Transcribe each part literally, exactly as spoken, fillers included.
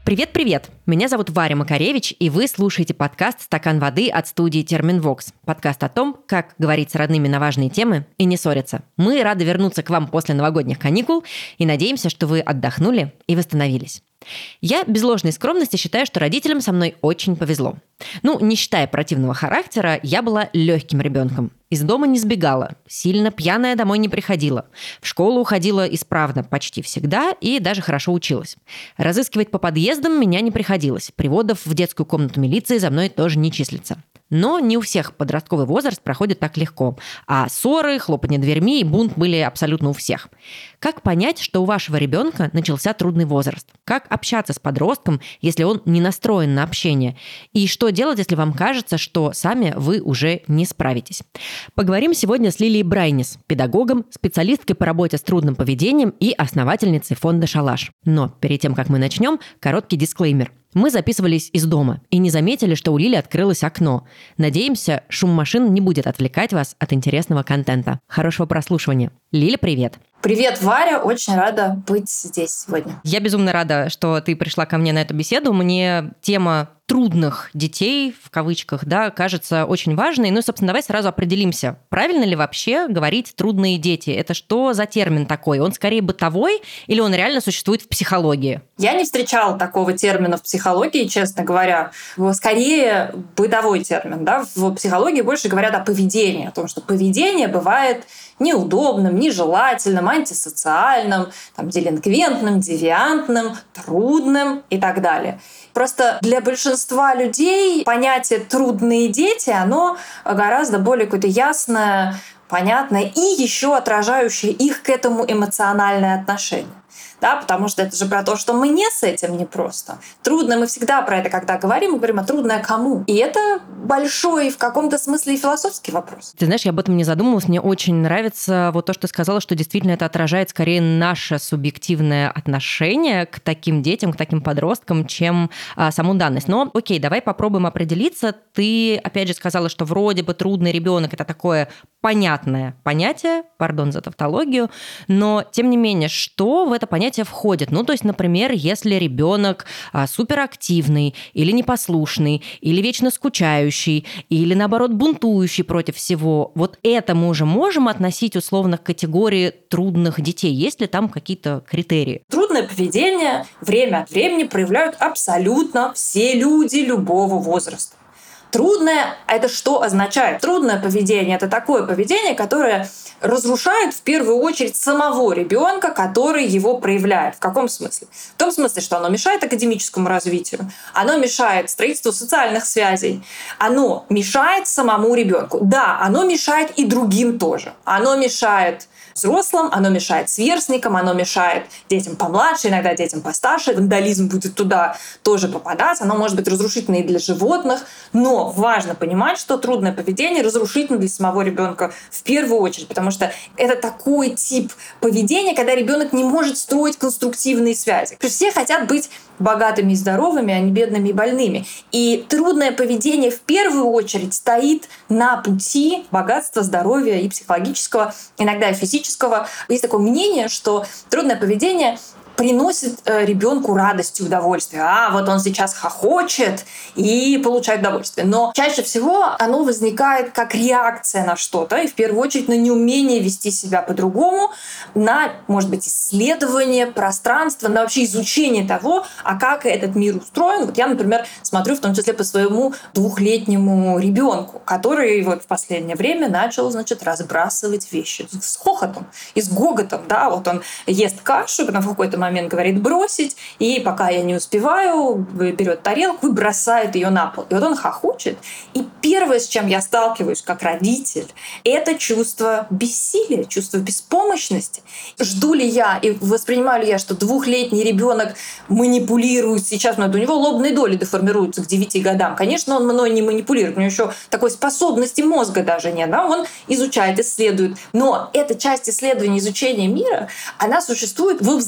Привет-привет! Меня зовут Варя Макаревич, и вы слушаете подкаст «Стакан воды» от студии Терминвокс. Подкаст о том, как говорить с родными на важные темы и не ссориться. Мы рады вернуться к вам после новогодних каникул и надеемся, что вы отдохнули и восстановились. Я без ложной скромности считаю, что родителям со мной очень повезло. Ну, не считая противного характера, я была легким ребенком. Из дома не сбегала, сильно пьяная домой не приходила. В школу уходила исправно почти всегда и даже хорошо училась. Разыскивать по подъездам меня не приходилось. Приводов в детскую комнату милиции за мной тоже не числится. Но не у всех подростковый возраст проходит так легко. А ссоры, хлопанье дверьми и бунт были абсолютно у всех. Как понять, что у вашего ребенка начался трудный возраст? Как общаться с подростком, если он не настроен на общение? И что делать, если вам кажется, что сами вы уже не справитесь? Поговорим сегодня с Лилией Брайнис, педагогом, специалисткой по работе с трудным поведением и основательницей фонда «Шалаш». Но перед тем, как мы начнем, короткий дисклеймер. Мы записывались из дома и не заметили, что у Лили открылось окно. Надеемся, шум машин не будет отвлекать вас от интересного контента. Хорошего прослушивания. Лиля, привет! Привет, Варя! Очень рада быть здесь сегодня. Я безумно рада, что ты пришла ко мне на эту беседу. Мне тема трудных детей, в кавычках, да, кажется очень важной. Ну и, собственно, давай сразу определимся, правильно ли вообще говорить «трудные дети»? Это что за термин такой? Он скорее бытовой или он реально существует в психологии? Я не встречала такого термина в психологии, честно говоря. Скорее, бытовой термин. Да? В психологии больше говорят о поведении, о том, что поведение бывает неудобным, нежелательным, антисоциальным, там, делинквентным, девиантным, трудным и так далее. Просто для большинства людей понятие «трудные дети», оно гораздо более какое-то ясное, понятное и еще отражающее их к этому эмоциональное отношение. Да, потому что это же про то, что мне с этим непросто. Трудно, мы всегда про это, когда говорим, мы говорим, а трудное кому? И это большой в каком-то смысле и философский вопрос. Ты знаешь, я об этом не задумывалась. Мне очень нравится вот то, что ты сказала, что действительно это отражает скорее наше субъективное отношение к таким детям, к таким подросткам, чем а, саму данность. Но окей, давай попробуем определиться. Ты, опять же, сказала, что вроде бы трудный ребенок это такое понятное понятие, пардон за тавтологию, но тем не менее, что в это понятие входит? Ну, то есть, например, если ребенок а, суперактивный или непослушный, или вечно скучающий, или, наоборот, бунтующий против всего, вот это мы уже можем относить условно к категории трудных детей? Есть ли там какие-то критерии? Трудное поведение время от времени проявляют абсолютно все люди любого возраста. Трудное – это что означает? Трудное поведение – это такое поведение, которое разрушает в первую очередь самого ребенка, который его проявляет. В каком смысле? В том смысле, что оно мешает академическому развитию, оно мешает строительству социальных связей, оно мешает самому ребенку. Да, оно мешает и другим тоже. Оно мешает взрослым, оно мешает сверстникам, оно мешает детям помладше, иногда детям постарше. Вандализм будет туда тоже попадать. Оно может быть разрушительно и для животных. Но важно понимать, что трудное поведение разрушительно для самого ребенка в первую очередь, потому что это такой тип поведения, когда ребенок не может строить конструктивные связи. Все хотят быть богатыми и здоровыми, а не бедными и больными. И трудное поведение в первую очередь стоит на пути богатства, здоровья и психологического, иногда и физического. Есть такое мнение, что трудное поведение приносит ребенку радость и удовольствие. А, вот он сейчас хохочет и получает удовольствие. Но чаще всего оно возникает как реакция на что-то, и в первую очередь на неумение вести себя по-другому, на, может быть, исследование пространства, на вообще изучение того, а как этот мир устроен. Вот я, например, смотрю в том числе по своему двухлетнему ребенку, который вот в последнее время начал, значит, разбрасывать вещи с хохотом и с гоготом. Да? Вот он ест кашу, потом в какой-то момент говорит бросить, и пока я не успеваю, берет тарелку и бросает ее на пол. И вот он хохочет. И первое, с чем я сталкиваюсь как родитель, это чувство бессилия, чувство беспомощности. Жду ли я и воспринимаю ли я, что двухлетний ребенок манипулирует сейчас, но у него лобные доли деформируются к девяти годам. Конечно, он мной не манипулирует, у него еще такой способности мозга даже нет. Да? Он изучает, исследует. Но эта часть исследования, изучения мира, она существует во взаимодействии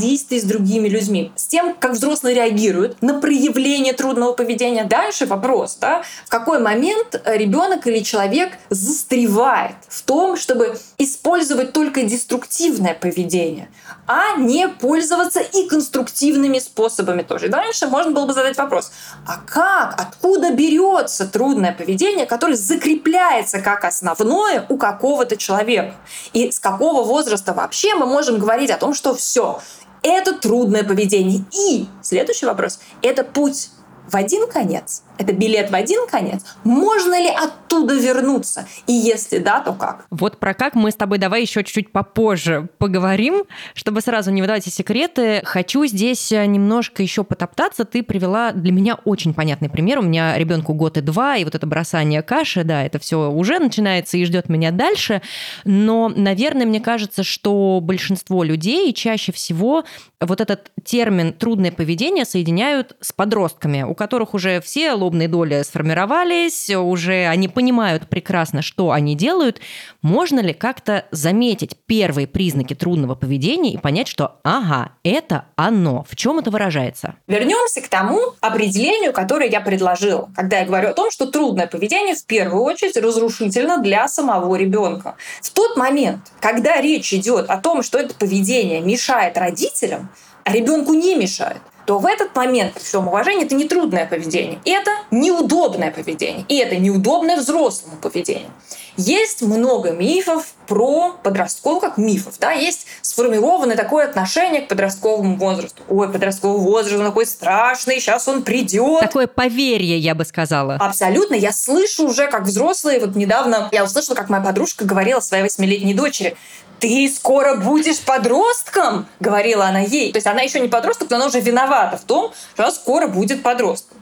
взаимодействии с другими людьми, с тем, как взрослые реагируют на проявление трудного поведения. Дальше вопрос, да, в какой момент ребенок или человек застревает в том, чтобы использовать только деструктивное поведение, а не пользоваться и конструктивными способами тоже. И дальше можно было бы задать вопрос, а как, откуда берется трудное поведение, которое закрепляется как основное у какого-то человека? И с какого возраста вообще мы можем говорить о том, что все, это трудное поведение. И следующий вопрос – это путь в один конец. Это билет в один конец. Можно ли оттуда вернуться? И если да, то как? Вот про как мы с тобой давай еще чуть-чуть попозже поговорим, чтобы сразу не выдавать все секреты. Хочу здесь немножко еще потоптаться. Ты привела для меня очень понятный пример. У меня ребенку год и два, и вот это бросание каши, да, это все уже начинается и ждет меня дальше. Но, наверное, мне кажется, что большинство людей чаще всего вот этот термин «трудное поведение» соединяют с подростками, у которых уже все лобные доли сформировались, уже они понимают прекрасно, что они делают. Можно ли как-то заметить первые признаки трудного поведения и понять, что ага, это оно? В чем это выражается? Вернемся к тому определению, которое я предложила, когда я говорю о том, что трудное поведение в первую очередь разрушительно для самого ребенка. В тот момент, когда речь идет о том, что это поведение мешает родителям, а ребенку не мешает, то в этот момент, при всем уважении, это не трудное поведение. Это неудобное поведение. И это неудобное взрослому поведению. Есть много мифов про подростков, как мифов. Да? Есть сформированное такое отношение к подростковому возрасту. Ой, подростковый возраст, он такой страшный, сейчас он придет. Такое поверье, я бы сказала. Абсолютно. Я слышу уже, как взрослые. Вот недавно я услышала, как моя подружка говорила своей восьмилетней дочери: «Ты скоро будешь подростком», — говорила она ей. То есть она еще не подросток, но она уже виновата в том, что она скоро будет подростком.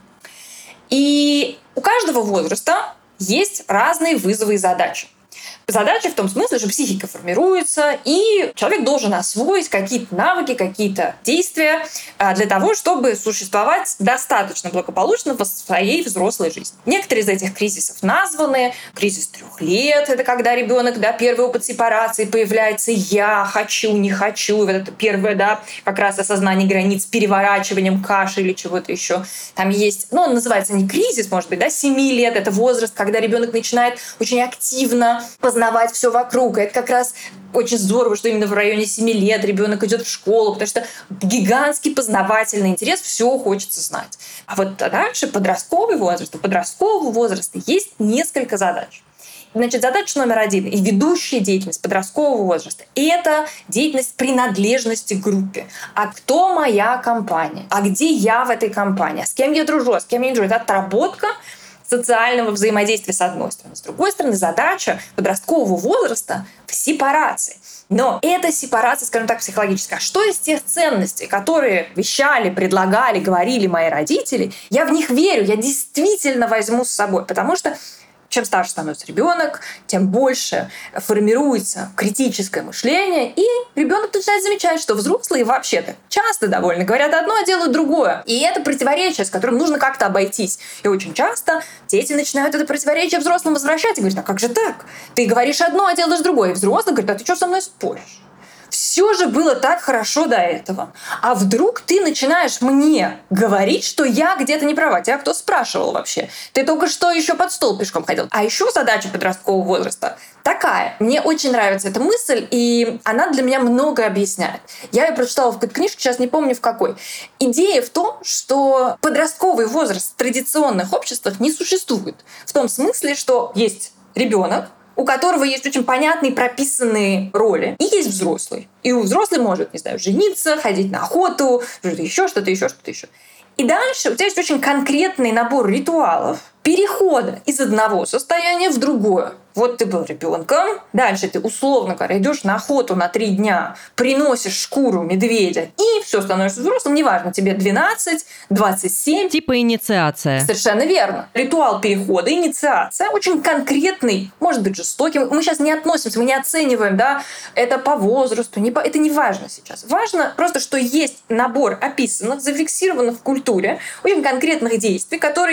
И у каждого возраста есть разные вызовы и задачи. Задача в том смысле, что психика формируется, и человек должен освоить какие-то навыки, какие-то действия для того, чтобы существовать достаточно благополучно в своей взрослой жизни. Некоторые из этих кризисов названы. Кризис трех лет — это когда ребенок, да, первый опыт сепарации появляется. Я хочу, не хочу. Вот это первое, да, как раз осознание границ переворачиванием каши или чего-то еще. Там есть, ну, он называется не кризис, может быть, да, семи лет. Это возраст, когда ребенок начинает очень активно познавать все вокруг. И это как раз очень здорово, что именно в районе семи лет ребенок идет в школу, потому что гигантский познавательный интерес, все хочется знать. А вот дальше подростковый возраст. У подросткового возраста есть несколько задач. Значит, задача номер один и ведущая деятельность подросткового возраста — это деятельность принадлежности к группе. А кто моя компания? А где я в этой компании? А с кем я дружу? А с кем я не дружу? Это отработка социального взаимодействия с одной стороны. С другой стороны, задача подросткового возраста в сепарации. Но эта сепарация, скажем так, психологическая. А что из тех ценностей, которые вещали, предлагали, говорили мои родители, я в них верю, я действительно возьму с собой, потому что чем старше становится ребенок, тем больше формируется критическое мышление, и ребенок начинает замечать, что взрослые вообще-то часто довольно говорят одно, а делают другое. И это противоречие, с которым нужно как-то обойтись. И очень часто дети начинают это противоречие взрослым возвращать и говорят: а как же так? Ты говоришь одно, а делаешь другое. И взрослый говорит: а ты что со мной споришь? Все же было так хорошо до этого. А вдруг ты начинаешь мне говорить, что я где-то не права? Тебя кто спрашивал вообще? Ты только что еще под стол пешком ходил. А еще задача подросткового возраста такая. Мне очень нравится эта мысль, и она для меня многое объясняет. Я ее прочитала в какой-то книжке, сейчас не помню в какой. Идея в том, что подростковый возраст в традиционных обществах не существует. В том смысле, что есть ребенок, у которого есть очень понятные прописанные роли, и есть взрослый. И у взрослый может, не знаю, жениться, ходить на охоту, что-то еще, что-то еще, что-то еще. И дальше у тебя есть очень конкретный набор ритуалов перехода из одного состояния в другое. Вот ты был ребенком, дальше ты, условно говоря, идешь на охоту на три дня, приносишь шкуру медведя, и все, становишься взрослым, неважно, тебе двенадцать, двадцать семь. Типа инициация. Совершенно верно. Ритуал перехода, инициация, очень конкретный, может быть, жестокий. Мы сейчас не относимся, мы не оцениваем, да, это по возрасту, не по... это не важно сейчас. Важно просто, что есть набор описанных, зафиксированных в культуре, очень конкретных действий, которые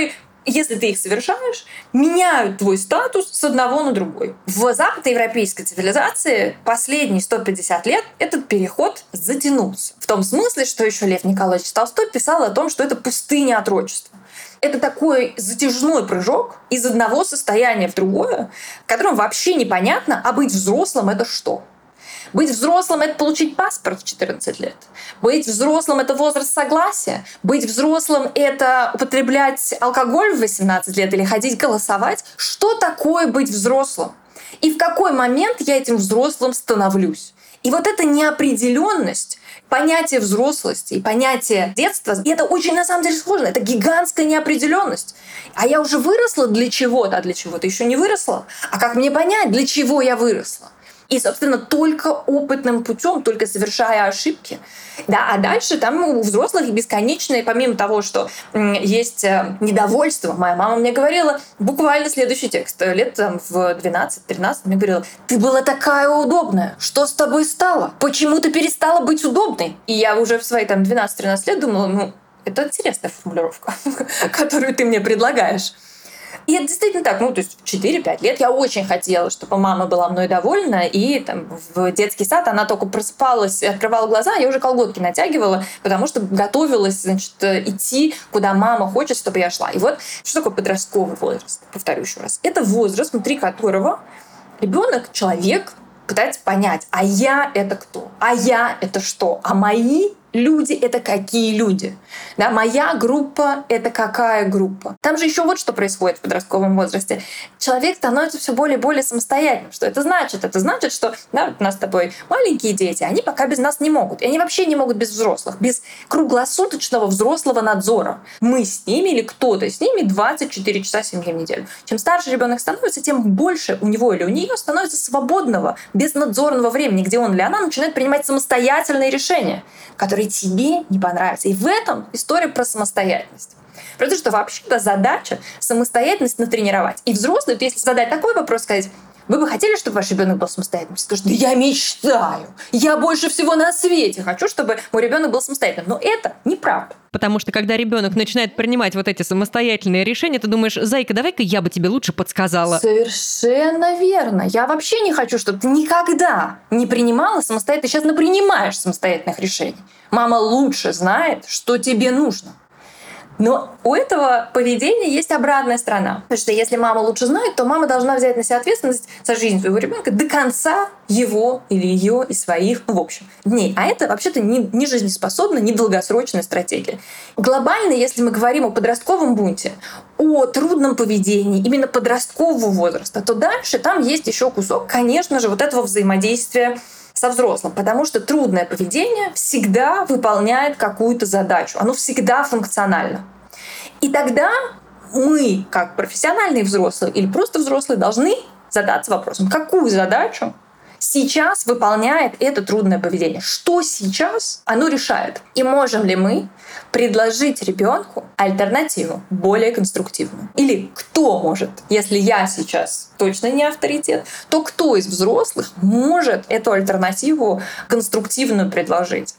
если ты их совершаешь, меняют твой статус с одного на другой. В западноевропейской цивилизации последние сто пятьдесят лет этот переход затянулся. В том смысле, что еще Лев Николаевич Толстой писал о том, что это пустыня отрочества. Это такой затяжной прыжок из одного состояния в другое, в котором вообще непонятно, а быть взрослым — это что? Быть взрослым — это получить паспорт в четырнадцать лет. Быть взрослым — это возраст согласия. Быть взрослым — это употреблять алкоголь в восемнадцать лет или ходить голосовать. Что такое быть взрослым? И в какой момент я этим взрослым становлюсь? И вот эта неопределенность, понятие взрослости и понятие детства, и это очень на самом деле сложно. Это гигантская неопределенность. А я уже выросла для чего-то, а для чего-то еще не выросла. А как мне понять, для чего я выросла? И, собственно, только опытным путем, только совершая ошибки. Да, а дальше там у взрослых бесконечные, помимо того, что есть недовольство. Моя мама мне говорила буквально следующий текст. Лет там, в двенадцать-тринадцать мне говорила: ты была такая удобная, что с тобой стало? Почему ты перестала быть удобной? И я уже в свои там двенадцать-тринадцать лет думала, ну, это интересная формулировка, которую ты мне предлагаешь. И это действительно так. Ну, то есть в четыре-пять лет я очень хотела, чтобы мама была мной довольна. И там, в детский сад она только просыпалась, открывала глаза, я уже колготки натягивала, потому что готовилась, значит, идти, куда мама хочет, чтобы я шла. И вот что такое подростковый возраст? Повторю еще раз. Это возраст, внутри которого ребенок, человек пытается понять, а я — это кто? А я — это что? А мои люди — это какие люди? Да, моя группа — это какая группа? Там же еще вот что происходит в подростковом возрасте. Человек становится все более и более самостоятельным. Что это значит? Это значит, что да, у нас с тобой маленькие дети, они пока без нас не могут. И они вообще не могут без взрослых, без круглосуточного взрослого надзора. Мы с ними или кто-то с ними двадцать четыре часа семь дней в неделю. Чем старше ребенок становится, тем больше у него или у нее становится свободного, безнадзорного времени, где он или она начинает принимать самостоятельные решения, которые тебе не понравятся. И в этом история про самостоятельность. Потому что вообще-то задача самостоятельность натренировать. И взрослый, вот если задать такой вопрос, сказать: вы бы хотели, чтобы ваш ребенок был самостоятельным? Скажет: да я мечтаю. Я больше всего на свете хочу, чтобы мой ребенок был самостоятельным. Но это неправда. Потому что когда ребенок начинает принимать вот эти самостоятельные решения, ты думаешь: зайка, давай-ка я бы тебе лучше подсказала. Совершенно верно. Я вообще не хочу, чтобы ты никогда не принимала самостоятельно. Ты сейчас напринимаешь самостоятельных решений. Мама лучше знает, что тебе нужно. Но у этого поведения есть обратная сторона. Потому что если мама лучше знает, то мама должна взять на себя ответственность за жизнь своего ребенка до конца его или ее и своих, ну, в общем, дней. А это вообще-то не, не жизнеспособная, не долгосрочная стратегия. Глобально, если мы говорим о подростковом бунте, о трудном поведении именно подросткового возраста, то дальше там есть еще кусок, конечно же, вот этого взаимодействия со взрослым, потому что трудное поведение всегда выполняет какую-то задачу, оно всегда функционально. И тогда мы, как профессиональные взрослые или просто взрослые, должны задаться вопросом, какую задачу сейчас выполняет это трудное поведение, что сейчас оно решает, и можем ли мы предложить ребенку альтернативу, более конструктивную. Или кто может, если я сейчас точно не авторитет, то кто из взрослых может эту альтернативу конструктивную предложить?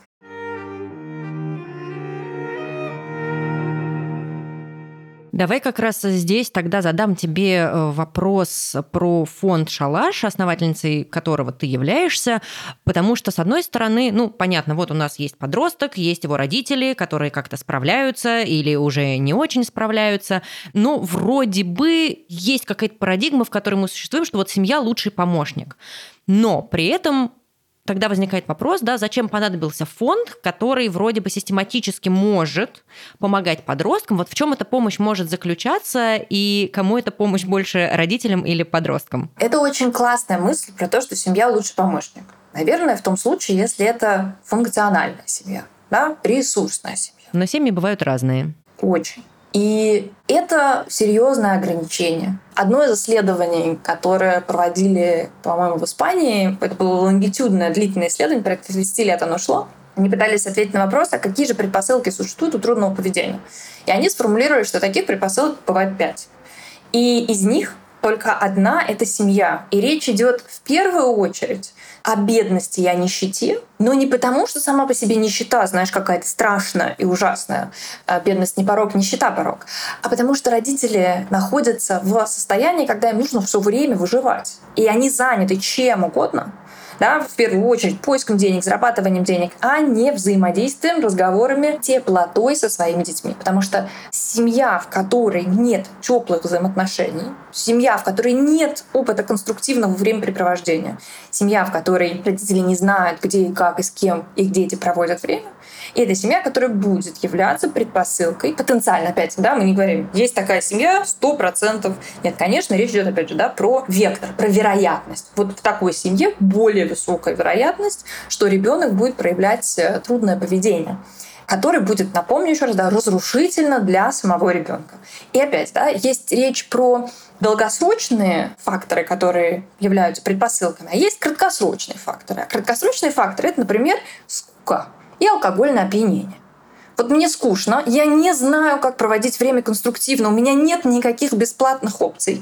Давай как раз здесь тогда задам тебе вопрос про фонд «Шалаш», основательницей которого ты являешься, потому что, с одной стороны, ну, понятно, вот у нас есть подросток, есть его родители, которые как-то справляются или уже не очень справляются, но вроде бы есть какая-то парадигма, в которой мы существуем, что вот семья – лучший помощник. Но при этом тогда возникает вопрос, да, зачем понадобился фонд, который вроде бы систематически может помогать подросткам. Вот в чем эта помощь может заключаться и кому эта помощь больше, родителям или подросткам? Это очень классная мысль про то, что семья лучший помощник. Наверное, в том случае, если это функциональная семья, да, ресурсная семья. Но семьи бывают разные. Очень. И это серьезное ограничение. Одно из исследований, которое проводили, по-моему, в Испании, это было лонгитюдное, длительное исследование, порядка тридцать лет оно шло, они пытались ответить на вопрос, а какие же предпосылки существуют у трудного поведения. И они сформулировали, что таких предпосылок бывает пять. И из них только одна — это семья. И речь идет в первую очередь о бедности и о нищете, но не потому, что сама по себе нищета, знаешь, какая-то страшная и ужасная. Бедность не порок, нищета порок. А потому что родители находятся в состоянии, когда им нужно все время выживать. И они заняты чем угодно, да, в первую очередь поиском денег, зарабатыванием денег, а не взаимодействием, разговорами, теплотой со своими детьми. Потому что семья, в которой нет теплых взаимоотношений, семья, в которой нет опыта конструктивного времяпрепровождения, семья, в которой родители не знают, где и как и с кем их дети проводят время, и это семья, которая будет являться предпосылкой, потенциально, опять, да, мы не говорим, есть такая семья, сто процентов. Нет, конечно, речь идет, опять же, да, про вектор, про вероятность. Вот в такой семье более высокая вероятность, что ребенок будет проявлять трудное поведение, которое будет, напомню еще раз, да, разрушительно для самого ребенка. И опять, да, есть речь про долгосрочные факторы, которые являются предпосылками, а есть краткосрочные факторы. А краткосрочные факторы — это, например, скука и алкогольное опьянение. Вот мне скучно, я не знаю, как проводить время конструктивно, у меня нет никаких бесплатных опций.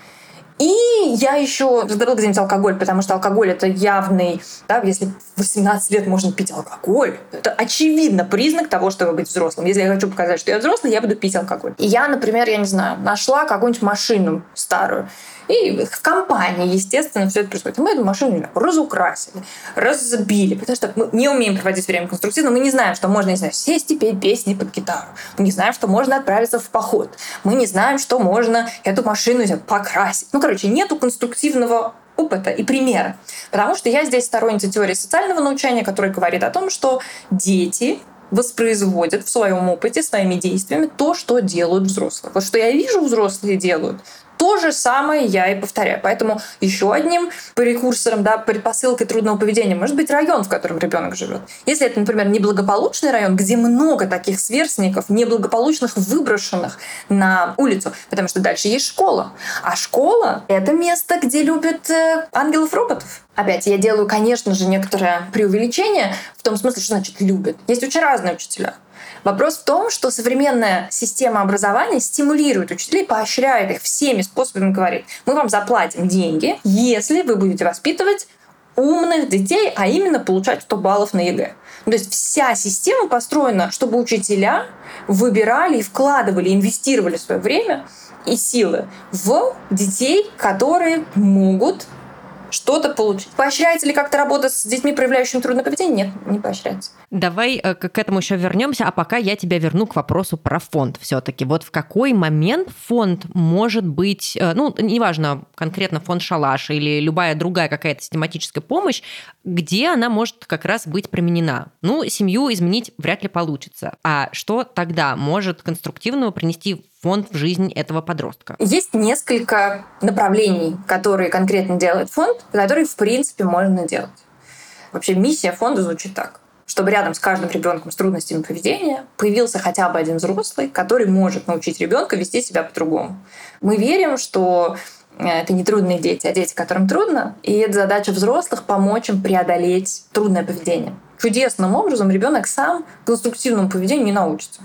И я еще раздобыла где-нибудь алкоголь, потому что алкоголь — это явный, да, если в восемнадцать лет можно пить алкоголь, это очевидно признак того, чтобы быть взрослым. Если я хочу показать, что я взрослый, я буду пить алкоголь. И я, например, я не знаю, нашла какую-нибудь машину старую, и в компании, естественно, все это происходит. И мы эту машину разукрасили, разбили, потому что мы не умеем проводить время конструктивно, мы не знаем, что можно, не знаю, сесть и петь песни под гитару. Мы не знаем, что можно отправиться в поход. Мы не знаем, что можно эту машину покрасить. Ну, короче, нету конструктивного опыта и примера. Потому что я здесь сторонница теории социального научения, которая говорит о том, что дети воспроизводят в своем опыте своими действиями то, что делают взрослые. Вот что я вижу, взрослые делают, то же самое я и повторяю. Поэтому еще одним прекурсором, да, предпосылкой трудного поведения может быть район, в котором ребенок живет. Если это, например, неблагополучный район, где много таких сверстников, неблагополучных, выброшенных на улицу, потому что дальше есть школа. А школа — это место, где любят э, ангелов-роботов. Опять, я делаю, конечно же, некоторое преувеличение в том смысле, что значит «любят». Есть очень разные учителя. Вопрос в том, что современная система образования стимулирует учителей, поощряет их всеми способами, говорит: мы вам заплатим деньги, если вы будете воспитывать умных детей, а именно получать сто баллов на ЕГЭ. То есть вся система построена, чтобы учителя выбирали и вкладывали, инвестировали свое время и силы в детей, которые могут что-то получить. Поощряется ли как-то работа с детьми, проявляющими трудное поведение? Нет, не поощряется. Давай э, к этому еще вернемся, а пока я тебя верну к вопросу про фонд все-таки. Вот в какой момент фонд может быть, э, ну, неважно, конкретно фонд «Шалаш» или любая другая какая-то систематическая помощь, где она может как раз быть применена? Ну, семью изменить вряд ли получится. А что тогда может конструктивного принести фонд в жизнь этого подростка? Есть несколько направлений, которые конкретно делает фонд, которые, в принципе, можно делать. Вообще миссия фонда звучит так: чтобы рядом с каждым ребенком с трудностями поведения появился хотя бы один взрослый, который может научить ребенка вести себя по-другому. Мы верим, что это не трудные дети, а дети, которым трудно, и это задача взрослых — помочь им преодолеть трудное поведение. Чудесным образом ребенок сам конструктивному поведению не научится.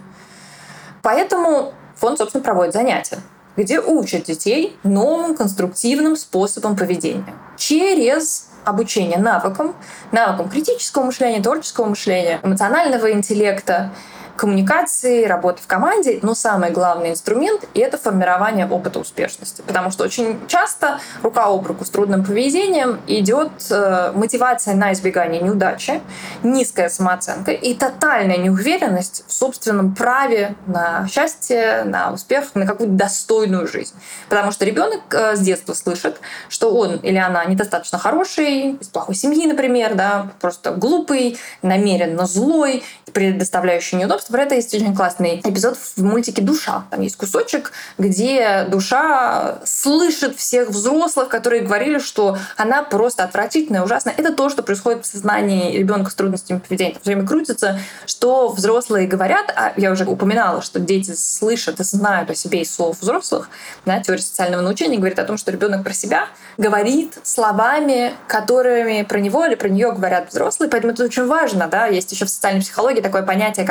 Поэтому фонд, собственно, проводит занятия, где учат детей новым конструктивным способам поведения через обучение навыкам, навыкам критического мышления, творческого мышления, эмоционального интеллекта, коммуникации, работы в команде. Но самый главный инструмент — это формирование опыта успешности. Потому что очень часто рука об руку с трудным поведением идет э, мотивация на избегание неудачи, низкая самооценка и тотальная неуверенность в собственном праве на счастье, на успех, на какую-то достойную жизнь. Потому что ребенок э, с детства слышит, что он или она недостаточно хороший, из плохой семьи, например, да, просто глупый, намеренно злой, предоставляющий неудобства. Про это есть очень классный эпизод в мультике «Душа». Там есть кусочек, где душа слышит всех взрослых, которые говорили, что она просто отвратительная, ужасная. Это то, что происходит в сознании ребенка с трудностями поведения. Все время крутится, что взрослые говорят, а я уже упоминала, что дети слышат и знают о себе из слов взрослых. Да, теория социального научения говорит о том, что ребенок про себя говорит словами, которыми про него или про нее говорят взрослые. Поэтому это очень важно. Да? Есть еще в социальной психологии такое понятие, как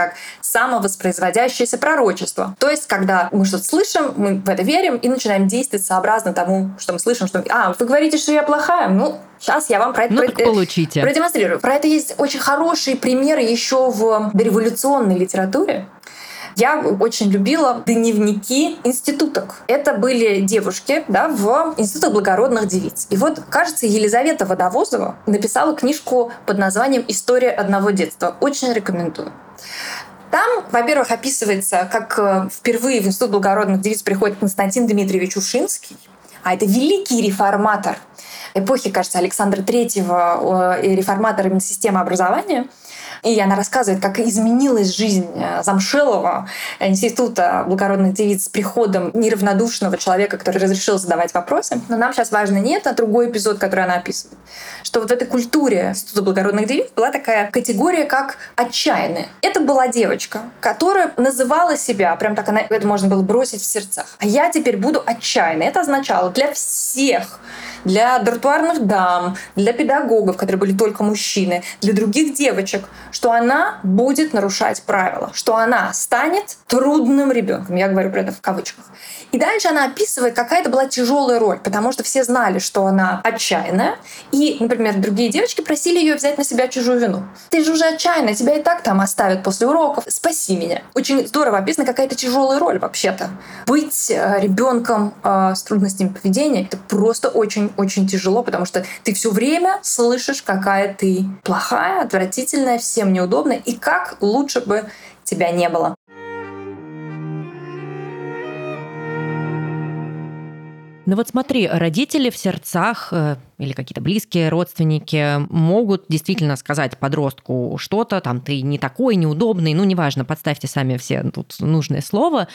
самовоспроизводящееся пророчество. То есть, когда мы что-то слышим, мы в это верим и начинаем действовать сообразно тому, что мы слышим. Что... А, вы говорите, что я плохая? Ну, сейчас я вам про это ну, про... получите. продемонстрирую. Про это есть очень хорошие примеры еще в дореволюционной литературе. Я очень любила дневники институток. Это были девушки, да, в институтах благородных девиц. И вот, кажется, Елизавета Водовозова написала книжку под названием «История одного детства». Очень рекомендую. Там, во-первых, описывается, как впервые в институт благородных девиц приходит Константин Дмитриевич Ушинский, а это великий реформатор эпохи, кажется, Александра Третьего, реформатор именно системы образования. И она рассказывает, как изменилась жизнь замшелого института благородных девиц с приходом неравнодушного человека, который разрешил задавать вопросы. Но нам сейчас важно не это, а другой эпизод, который она описывает. Что вот в этой культуре института благородных девиц была такая категория, как отчаянная. Это была девочка, которая называла себя, прям так она, это можно было бросить в сердцах. А я теперь буду отчаянной. Это означало для всех, для тротуарных дам, для педагогов, которые были только мужчины, для других девочек, что она будет нарушать правила, что она станет трудным ребенком. Я говорю про это в кавычках. И дальше она описывает, какая это была тяжелая роль, потому что все знали, что она отчаянная. И, например, другие девочки просили ее взять на себя чужую вину. Ты же уже отчаянная, тебя и так там оставят после уроков. Спаси меня. Очень здорово описана какая-то тяжелая роль вообще-то. Быть ребенком э, с трудностями поведения — это просто очень-очень тяжело, потому что ты все время слышишь, какая ты плохая, отвратительная, всем неудобная, и как лучше бы тебя не было. Ну вот смотри, родители в сердцах э, или какие-то близкие родственники могут действительно сказать подростку что-то, там, ты не такой, неудобный, ну, неважно, подставьте сами все тут нужное слово,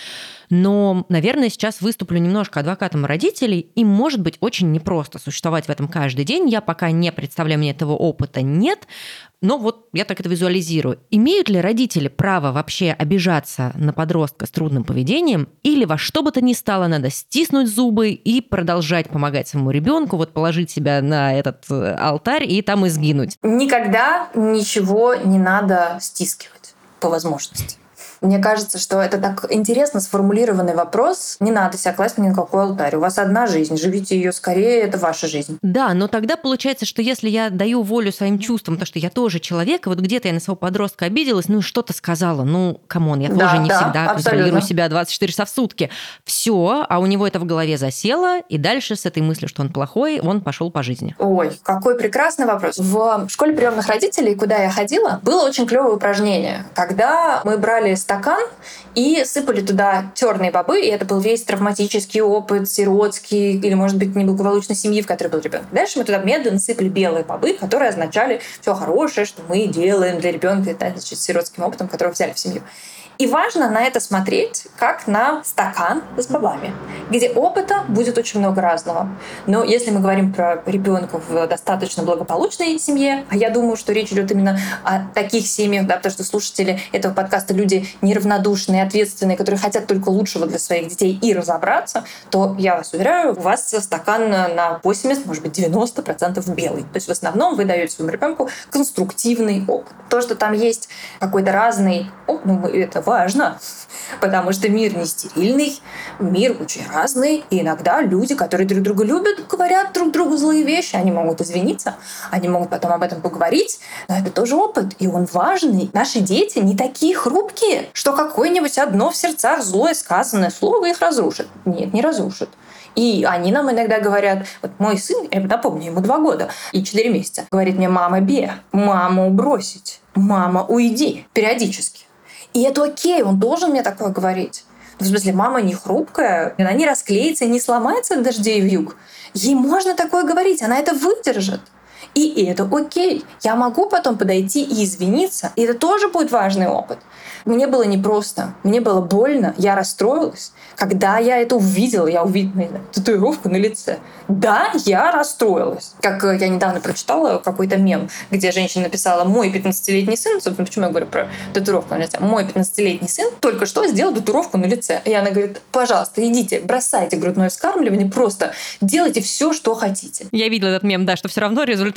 но, наверное, сейчас выступлю немножко адвокатом родителей, им может быть очень непросто существовать в этом каждый день, я пока не представляю, мне этого опыта нет, но вот я так это визуализирую. Имеют ли родители право вообще обижаться на подростка с трудным поведением, или во что бы то ни стало надо стиснуть зубы и продолжать помогать своему ребенку, вот положить себя на этот алтарь и там изгинуть? Никогда ничего не надо стискивать по возможности. Мне кажется, что это так интересно сформулированный вопрос. Не надо себя класть ни на какой алтарь. У вас одна жизнь, живите ее скорее, это ваша жизнь. Да, но тогда получается, что если я даю волю своим чувствам, то, что я тоже человек, и вот где-то я на своего подростка обиделась, ну что-то сказала, ну, камон, я да, тоже не да, всегда абсолютно. контролирую себя двадцать четыре часа в сутки. Все, а у него это в голове засело, и дальше с этой мыслью, что он плохой, он пошел по жизни. Ой, какой прекрасный вопрос. В школе приемных родителей, куда я ходила, было очень клевое упражнение, когда мы брали стакан и сыпали туда терные бобы, и это был весь травматический опыт, сиротский, или, может быть, неблагополучной семьи, в которой был ребенок. Дальше мы туда медленно сыпали белые бобы, которые означали все хорошее, что мы делаем для ребенка, значит, с сиротским опытом, которого взяли в семью. И важно на это смотреть как на стакан с бобами, где опыта будет очень много разного. Но если мы говорим про ребенка в достаточно благополучной семье, а я думаю, что речь идет именно о таких семьях, да, потому что слушатели этого подкаста люди неравнодушные, ответственные, которые хотят только лучшего для своих детей и разобраться, то я вас уверяю, у вас стакан на восемьдесят, может быть, девяносто процентов белый. То есть в основном вы даете своему ребенку конструктивный опыт. То, что там есть какой-то разный опыт, ну, это важно, потому что мир не стерильный, мир очень разный, и иногда люди, которые друг друга любят, говорят друг другу злые вещи, они могут извиниться, они могут потом об этом поговорить, но это тоже опыт, и он важный. Наши дети не такие хрупкие, что какое-нибудь одно в сердцах злое сказанное слово их разрушит. Нет, не разрушит. И они нам иногда говорят, вот мой сын, я напомню, ему два года и четыре месяца, говорит мне: мама, бе, маму бросить, мама, уйди, периодически. И это окей, он должен мне такое говорить. В смысле, мама не хрупкая, она не расклеится и не сломается от дождей и вьюг. Ей можно такое говорить, она это выдержит. И это окей. Я могу потом подойти и извиниться, и это тоже будет важный опыт. Мне было непросто, мне было больно, я расстроилась. Когда я это увидела, я увидела татуировку на лице. Да, я расстроилась. Как я недавно прочитала какой-то мем, где женщина написала: мой пятнадцатилетний сын, собственно, почему я говорю про татуировку на лице, мой пятнадцатилетний сын только что сделал татуировку на лице. И она говорит: пожалуйста, идите, бросайте грудное вскармливание, просто делайте все, что хотите. Я видела этот мем, да, что все равно результат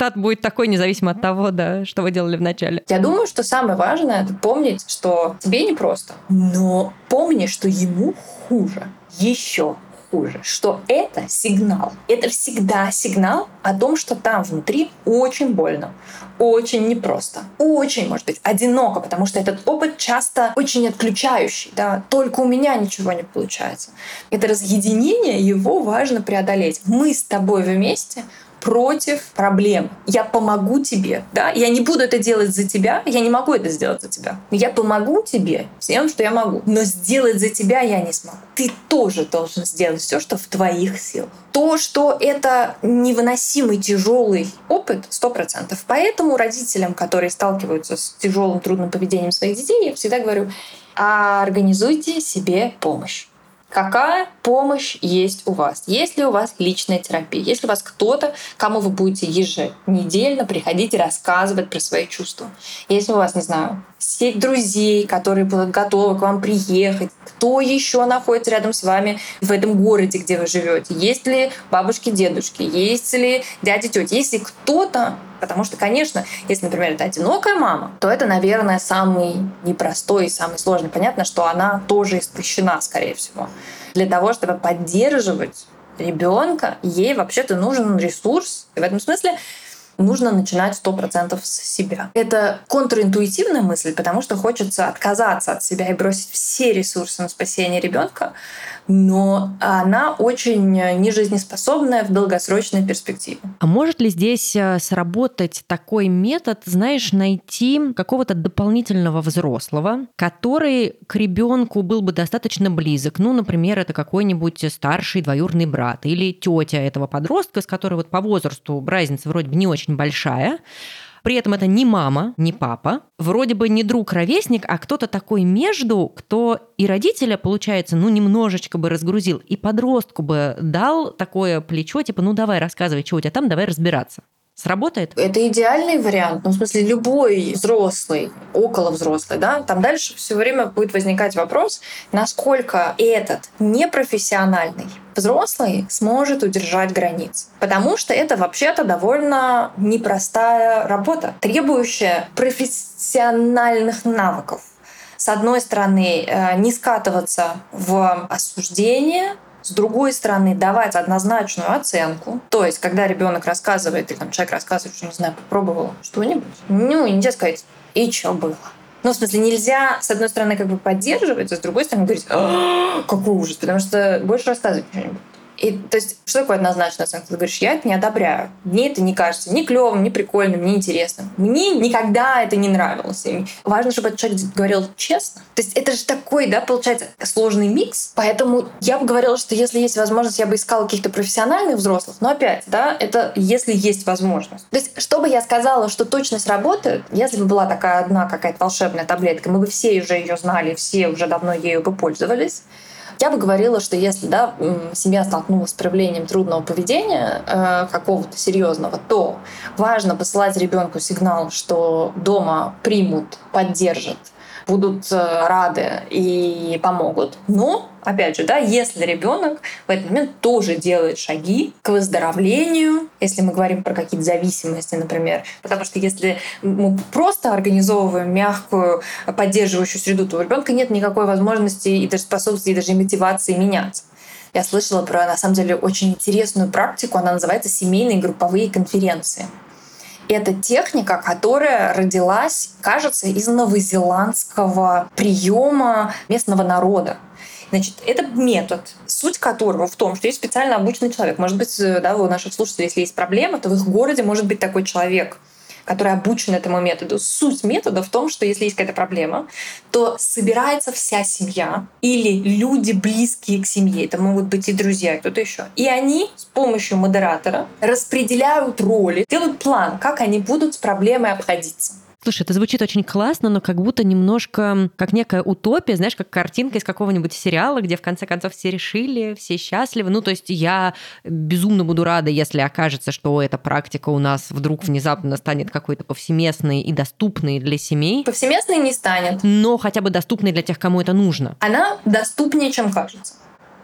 результат будет такой, независимо от того, да, что вы делали вначале. Я думаю, что самое важное — это помнить, что тебе непросто, но помни, что ему хуже, еще хуже, что это сигнал. Это всегда сигнал о том, что там внутри очень больно, очень непросто, очень, может быть, одиноко, потому что этот опыт часто очень отключающий. Да? Только у меня ничего не получается. Это разъединение, его важно преодолеть. Мы с тобой вместе против проблем. Я помогу тебе. Да? Я не буду это делать за тебя. Я не могу это сделать за тебя. Я помогу тебе всем, что я могу. Но сделать за тебя я не смогу. Ты тоже должен сделать все, что в твоих силах. То, что это невыносимый тяжелый опыт, сто процентов. Поэтому родителям, которые сталкиваются с тяжелым, трудным поведением своих детей, я всегда говорю: организуйте себе помощь. Какая помощь есть у вас? Есть ли у вас личная терапия? Есть ли у вас кто-то, кому вы будете еженедельно приходить и рассказывать про свои чувства? Если у вас, не знаю, сеть друзей, которые будут готовы к вам приехать, кто еще находится рядом с вами в этом городе, где вы живете? Есть ли бабушки, дедушки? Есть ли дяди, тети? Есть ли кто-то? Потому что, конечно, если, например, это одинокая мама, то это, наверное, самый непростой и самый сложный. Понятно, что она тоже истощена, скорее всего. Для того, чтобы поддерживать ребенка, ей вообще-то нужен ресурс. И в этом смысле нужно начинать сто процентов с себя. Это контринтуитивная мысль, потому что хочется отказаться от себя и бросить все ресурсы на спасение ребенка, но она очень нежизнеспособная в долгосрочной перспективе. А может ли здесь сработать такой метод, знаешь, найти какого-то дополнительного взрослого, который к ребенку был бы достаточно близок? Ну, например, это какой-нибудь старший двоюродный брат или тетя этого подростка, с которой вот по возрасту разница вроде бы не очень большая. При этом это не мама, не папа, вроде бы не друг-ровесник, а кто-то такой между, кто и родителя, получается, ну, немножечко бы разгрузил, и подростку бы дал такое плечо, типа, ну, давай, рассказывай, что у тебя там, давай разбираться. Сработает? Это идеальный вариант. Ну, в смысле, любой взрослый, около взрослый, да, там дальше все время будет возникать вопрос, насколько этот непрофессиональный взрослый сможет удержать границы. Потому что это вообще-то довольно непростая работа, требующая профессиональных навыков. С одной стороны, не скатываться в осуждение, с другой стороны, давать однозначную оценку. То есть, когда ребенок рассказывает, или там, человек рассказывает, что, не знаю, попробовал что-нибудь, ну, нельзя сказать, и что было. Ну, в смысле, нельзя, с одной стороны, как бы поддерживать, а с другой стороны, говорить: какой ужас, потому что больше рассказывать ничего не будет. И, то есть, что такое однозначная оценка? Ты говоришь: я это не одобряю. Мне это не кажется ни клевым, ни прикольным, ни интересным. Мне никогда это не нравилось. И важно, чтобы этот человек говорил честно. То есть это же такой, да, получается, сложный микс. Поэтому я бы говорила, что если есть возможность, я бы искала каких-то профессиональных взрослых. Но опять, да, это если есть возможность. То есть, чтобы я сказала, что точность работает, если бы была такая одна какая-то волшебная таблетка, мы бы все уже ее знали, все уже давно ею бы пользовались, я бы говорила, что если, да, семья столкнулась с проявлением трудного поведения э, какого-то серьезного, то важно посылать ребенку сигнал, что дома примут, поддержат, будут рады и помогут. Но, опять же, да, если ребенок в этот момент тоже делает шаги к выздоровлению, если мы говорим про какие-то зависимости, например, потому что если мы просто организовываем мягкую, поддерживающую среду, то у ребенка нет никакой возможности и даже способности, и даже мотивации меняться. Я слышала про, на самом деле, очень интересную практику, она называется семейные групповые конференции. Это техника, которая родилась, кажется, из новозеландского приема местного народа. Значит, это метод, суть которого в том, что есть специально обученный человек. Может быть, да, у наших слушателей, если есть проблема, то в их городе может быть такой человек, который обучен этому методу. Суть метода в том, что если есть какая-то проблема, то собирается вся семья или люди, близкие к семье, это могут быть и друзья, и кто-то еще. И они с помощью модератора распределяют роли, делают план, как они будут с проблемой обходиться. Слушай, это звучит очень классно, но как будто немножко как некая утопия, знаешь, как картинка из какого-нибудь сериала, где в конце концов все решили, все счастливы. Ну, то есть я безумно буду рада, если окажется, что эта практика у нас вдруг внезапно станет какой-то повсеместной и доступной для семей. Повсеместной не станет. Но хотя бы доступной для тех, кому это нужно. Она доступнее, чем кажется.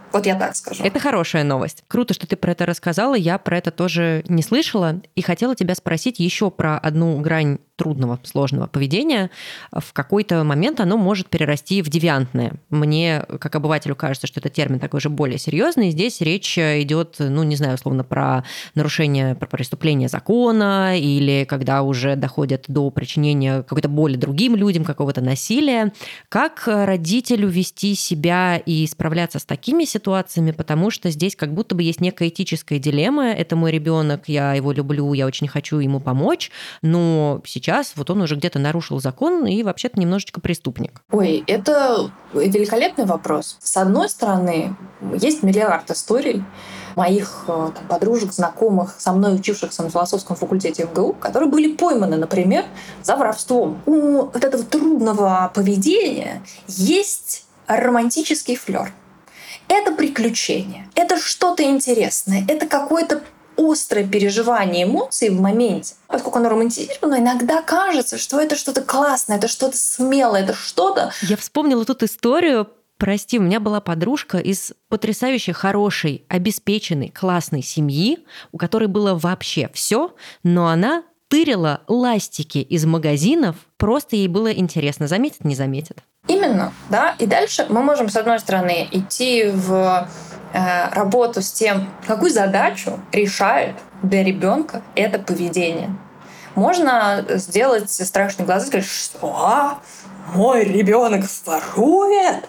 Вот я так скажу. Это хорошая новость. Круто, что ты про это рассказала. Я про это тоже не слышала. И хотела тебя спросить еще про одну грань трудного, сложного поведения. В какой-то момент оно может перерасти в девиантное. Мне, как обывателю, кажется, что это термин такой же более серьезный. Здесь речь идет, ну, не знаю, условно, про нарушение, про преступление закона или когда уже доходят до причинения какой-то боли другим людям, какого-то насилия. Как родителю вести себя и справляться с такими ситуациями, потому что здесь как будто бы есть некая этическая дилемма. Это мой ребенок, я его люблю, я очень хочу ему помочь, но сейчас вот он уже где-то нарушил закон и вообще-то немножечко преступник. Ой, это великолепный вопрос. С одной стороны, есть миллиард историй моих там, подружек, знакомых, со мной учившихся на философском факультете МГУ, которые были пойманы, например, за воровством. У вот этого трудного поведения есть романтический флёр. Это приключение, это что-то интересное, это какое-то острое переживание эмоций в моменте. Поскольку оно романтизировано, иногда кажется, что это что-то классное, это что-то смелое, это что-то... Я вспомнила тут историю. Прости, у меня была подружка из потрясающе хорошей, обеспеченной, классной семьи, у которой было вообще все, но она тырила ластики из магазинов, просто ей было интересно, заметит, не заметит. Именно, да. И дальше мы можем, с одной стороны, идти в э, работу с тем, какую задачу решает для ребенка это поведение. Можно сделать страшные глаза и сказать, что мой ребенок ворует,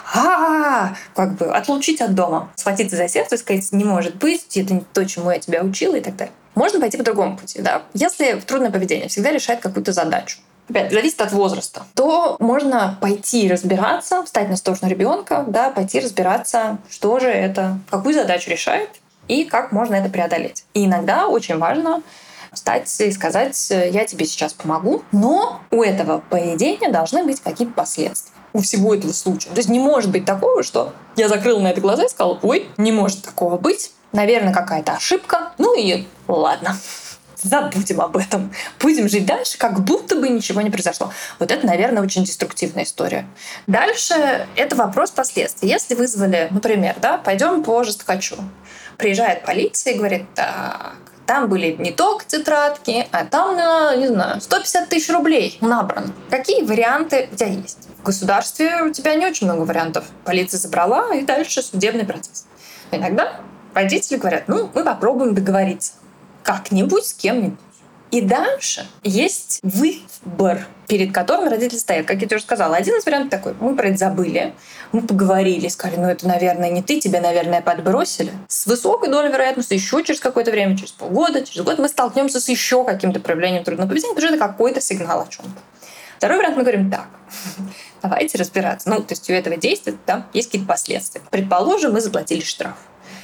а как бы отлучить от дома, схватиться за сердце и сказать, не может быть, это не то, чему я тебя учила и так далее. Можно пойти по другому пути, да. Если трудное поведение всегда решает какую-то задачу, опять, зависит от возраста, то можно пойти разбираться, встать на сторону ребенка, да, пойти разбираться, что же это, какую задачу решает и как можно это преодолеть. И иногда очень важно встать и сказать, я тебе сейчас помогу, но у этого поведения должны быть какие-то последствия. У всего этого случая. То есть не может быть такого, что я закрыла на это глаза и сказала, ой, не может такого быть, наверное, какая-то ошибка, ну и ладно. Забудем об этом. Будем жить дальше, как будто бы ничего не произошло. Вот это, наверное, очень деструктивная история. Дальше это вопрос последствий. Если вызвали, например, да, пойдем по жесткачу. Приезжает полиция и говорит, так, там были не только тетрадки, а там, не знаю, сто пятьдесят тысяч рублей набрано. Какие варианты у тебя есть? В государстве у тебя не очень много вариантов. Полиция забрала, и дальше судебный процесс. Иногда родители говорят, ну, мы попробуем договориться. Как-нибудь с кем-нибудь. И дальше есть выбор, перед которым родители стоят. Как я тебе уже сказала, один из вариантов такой. Мы про это забыли, мы поговорили, сказали, ну это, наверное, не ты, тебя, наверное, подбросили. С высокой долей вероятности еще через какое-то время, через полгода, через год мы столкнемся с еще каким-то проявлением трудного поведения, потому что это какой-то сигнал о чем-то. Второй вариант, мы говорим так, давайте разбираться. Ну, то есть у этого действия там есть какие-то последствия. Предположим, мы заплатили штраф.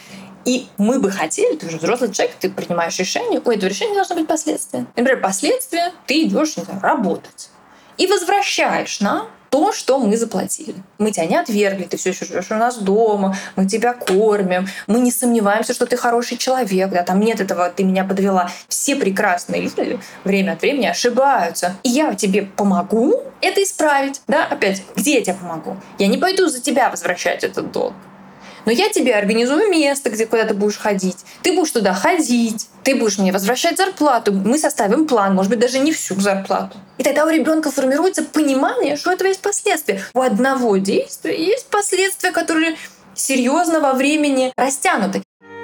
И мы бы хотели, ты уже взрослый человек, ты принимаешь решение, у этого решения должны быть последствия. Например, последствия, ты идешь, не знаю, работать и возвращаешь нам то, что мы заплатили. Мы тебя не отвергли, ты все еще живешь у нас дома, мы тебя кормим, мы не сомневаемся, что ты хороший человек, да, там нет этого, ты меня подвела. Все прекрасные люди время от времени ошибаются. И я тебе помогу это исправить. Да? Опять, где я тебе помогу? Я не пойду за тебя возвращать этот долг. Но я тебе организую место, где куда ты будешь ходить. Ты будешь туда ходить, ты будешь мне возвращать зарплату. Мы составим план, может быть, даже не всю зарплату. И тогда у ребенка формируется понимание, что у этого есть последствия. У одного действия есть последствия, которые серьезно во времени растянуты.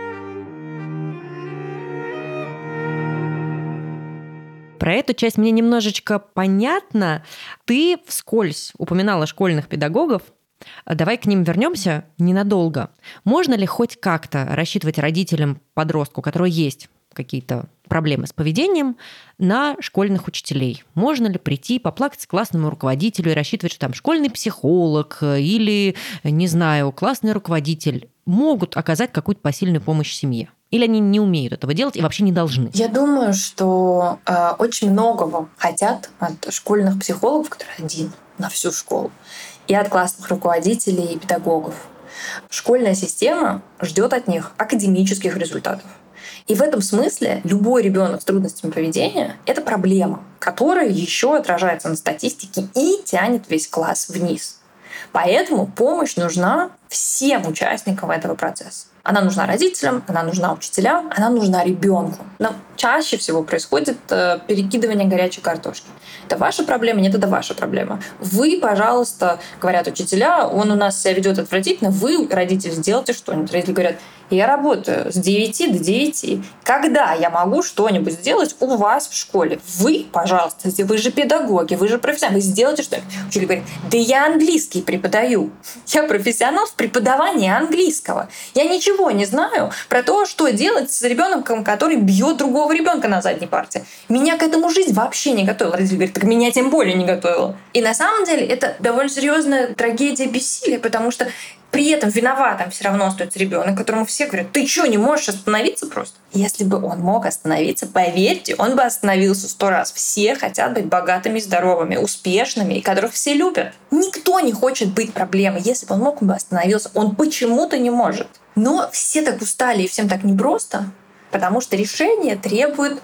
Про эту часть мне немножечко понятно. Ты вскользь упоминала школьных педагогов. Давай к ним вернемся ненадолго. Можно ли хоть как-то рассчитывать родителям подростку, у которого есть какие-то проблемы с поведением, на школьных учителей? Можно ли прийти, поплакаться классному руководителю и рассчитывать, что там школьный психолог или, не знаю, классный руководитель могут оказать какую-то посильную помощь семье? Или они не умеют этого делать и вообще не должны? Я думаю, что э, очень многого хотят от школьных психологов, которые один на всю школу, и от классных руководителей и педагогов. Школьная система ждет от них академических результатов. И в этом смысле любой ребенок с трудностями поведения — это проблема, которая еще отражается на статистике и тянет весь класс вниз. Поэтому помощь нужна всем участникам этого процесса. Она нужна родителям, она нужна учителям, она нужна ребенку. Но чаще всего происходит э, перекидывание горячей картошки. Это ваша проблема, нет, это ваша проблема. Вы, пожалуйста, говорят учителя, он у нас себя ведет отвратительно, вы, родители, сделайте что-нибудь. Родители говорят, я работаю с девяти до девяти. Когда я могу что-нибудь сделать у вас в школе? Вы, пожалуйста, вы же педагоги, вы же профессионалы, вы сделайте что-нибудь. Учитель говорит, да я английский преподаю. Я профессионал в преподавании английского. Я ничего не знаю про то, что делать с ребенком, который бьет другого ребенка на задней парте. Меня к этому жизнь вообще не готовила. Родитель говорит, так меня тем более не готовила. И на самом деле это довольно серьезная трагедия бессилия, потому что при этом виноватым все равно остается ребенок, которому все говорят, ты что, не можешь остановиться просто? Если бы он мог остановиться, поверьте, он бы остановился сто раз. Все хотят быть богатыми, здоровыми, успешными, и которых все любят. Никто не хочет быть проблемой. Если бы он мог, он бы остановился. Он почему-то не может. Но все так устали, и всем так непросто, потому что решение требует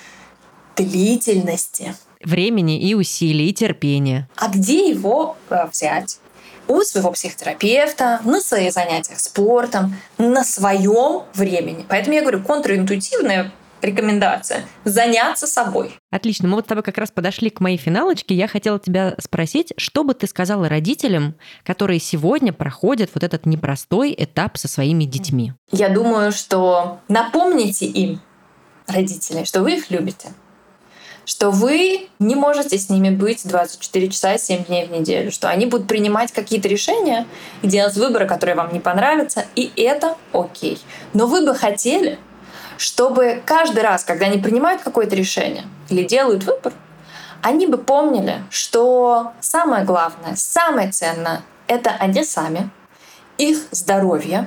длительности. Времени и усилий, и терпения. А где его взять? У своего психотерапевта, на своих занятиях спортом, на своем времени. Поэтому я говорю, контринтуитивная рекомендация – заняться собой. Отлично. Мы вот с тобой как раз подошли к моей финалочке. Я хотела тебя спросить, что бы ты сказала родителям, которые сегодня проходят вот этот непростой этап со своими детьми? Я думаю, что напомните им, родители, что вы их любите, что вы не можете с ними быть двадцать четыре часа семь дней в неделю, что они будут принимать какие-то решения и делать выборы, которые вам не понравятся, и это окей. Но вы бы хотели, чтобы каждый раз, когда они принимают какое-то решение или делают выбор, они бы помнили, что самое главное, самое ценное — это они сами, их здоровье,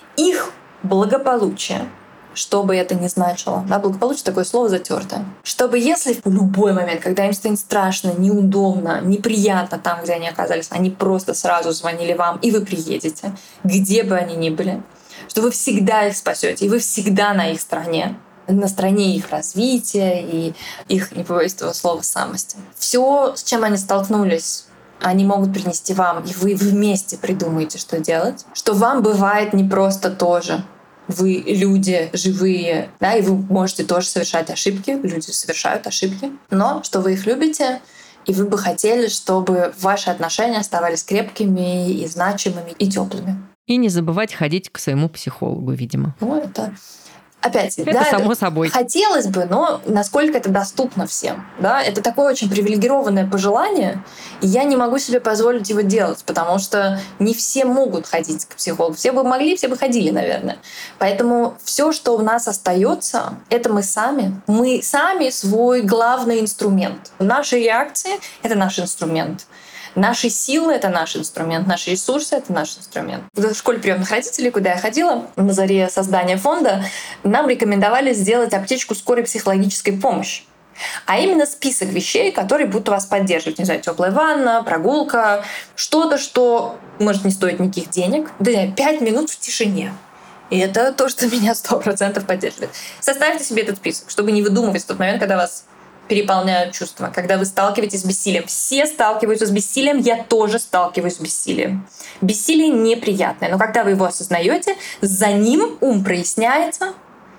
их благополучие, что бы это ни значило. Да, благополучие — такое слово затертое. Чтобы если в любой момент, когда им станет страшно, неудобно, неприятно там, где они оказались, они просто сразу звонили вам, и вы приедете, где бы они ни были, что вы всегда их спасете, и вы всегда на их стороне, на стороне их развития и их, не побоюсь этого слова, самости. Все, с чем они столкнулись, они могут принести вам, и вы вместе придумаете, что делать. Что вам бывает непросто тоже. Вы люди живые, да, и вы можете тоже совершать ошибки. Люди совершают ошибки. Но что вы их любите, и вы бы хотели, чтобы ваши отношения оставались крепкими и значимыми и теплыми. И не забывать ходить к своему психологу, видимо. Ну, это... Опять, это да, само это собой. Хотелось бы, но насколько это доступно всем. Да? Это такое очень привилегированное пожелание, и я не могу себе позволить его делать, потому что не все могут ходить к психологу. Все бы могли, все бы ходили, наверное. Поэтому все, что у нас остается, это мы сами. Мы сами свой главный инструмент. Наши реакции — это наш инструмент. Наши силы — это наш инструмент, наши ресурсы — это наш инструмент. В школе приемных родителей, куда я ходила, на заре создания фонда, нам рекомендовали сделать аптечку скорой психологической помощи. А именно список вещей, которые будут вас поддерживать. Не знаю, теплая ванна, прогулка, что-то, что может не стоить никаких денег. Да, пять минут в тишине. И это то, что меня сто процентов поддерживает. Составьте себе этот список, чтобы не выдумывать в тот момент, когда вас переполняют чувства, когда вы сталкиваетесь с бессилием. Все сталкиваются с бессилием, я тоже сталкиваюсь с бессилием. Бессилие неприятное, но когда вы его осознаете, за ним ум проясняется,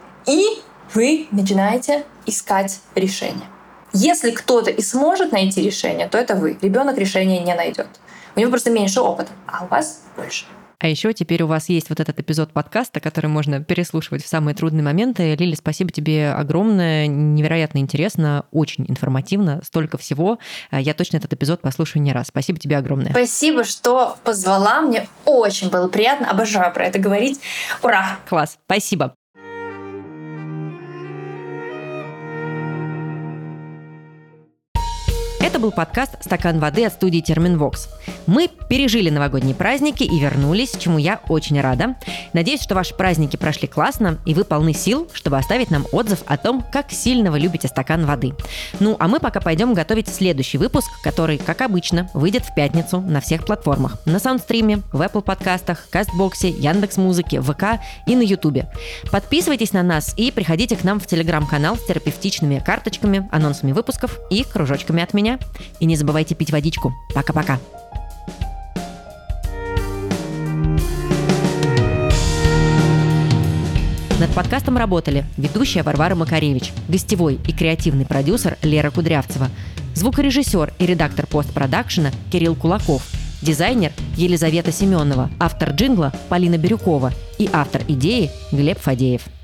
и вы начинаете искать решение. Если кто-то и сможет найти решение, то это вы. Ребенок решения не найдет. У него просто меньше опыта, а у вас больше. А еще теперь у вас есть вот этот эпизод подкаста, который можно переслушивать в самые трудные моменты. Лиля, спасибо тебе огромное, невероятно интересно, очень информативно, столько всего. Я точно этот эпизод послушаю не раз. Спасибо тебе огромное. Спасибо, что позвала. Мне очень было приятно. Обожаю про это говорить. Ура! Класс, спасибо. Это был подкаст «Стакан воды» от студии Терминвокс. Мы пережили новогодние праздники и вернулись, чему я очень рада. Надеюсь, что ваши праздники прошли классно, и вы полны сил, чтобы оставить нам отзыв о том, как сильно вы любите стакан воды. Ну, а мы пока пойдем готовить следующий выпуск, который, как обычно, выйдет в пятницу на всех платформах. На Саундстриме, в Apple подкастах, Кастбоксе, Яндекс.Музыке, ВК и на Ютубе. Подписывайтесь на нас и приходите к нам в Телеграм-канал с терапевтичными карточками, анонсами выпусков и кружочками от меня. И не забывайте пить водичку. Пока-пока. Над подкастом работали ведущая Варвара Макаревич, гостевой и креативный продюсер Лера Кудрявцева, звукорежиссер и редактор постпродакшена Кирилл Кулаков, дизайнер Елизавета Семенова, автор джингла Полина Бирюкова и автор идеи Глеб Фадеев.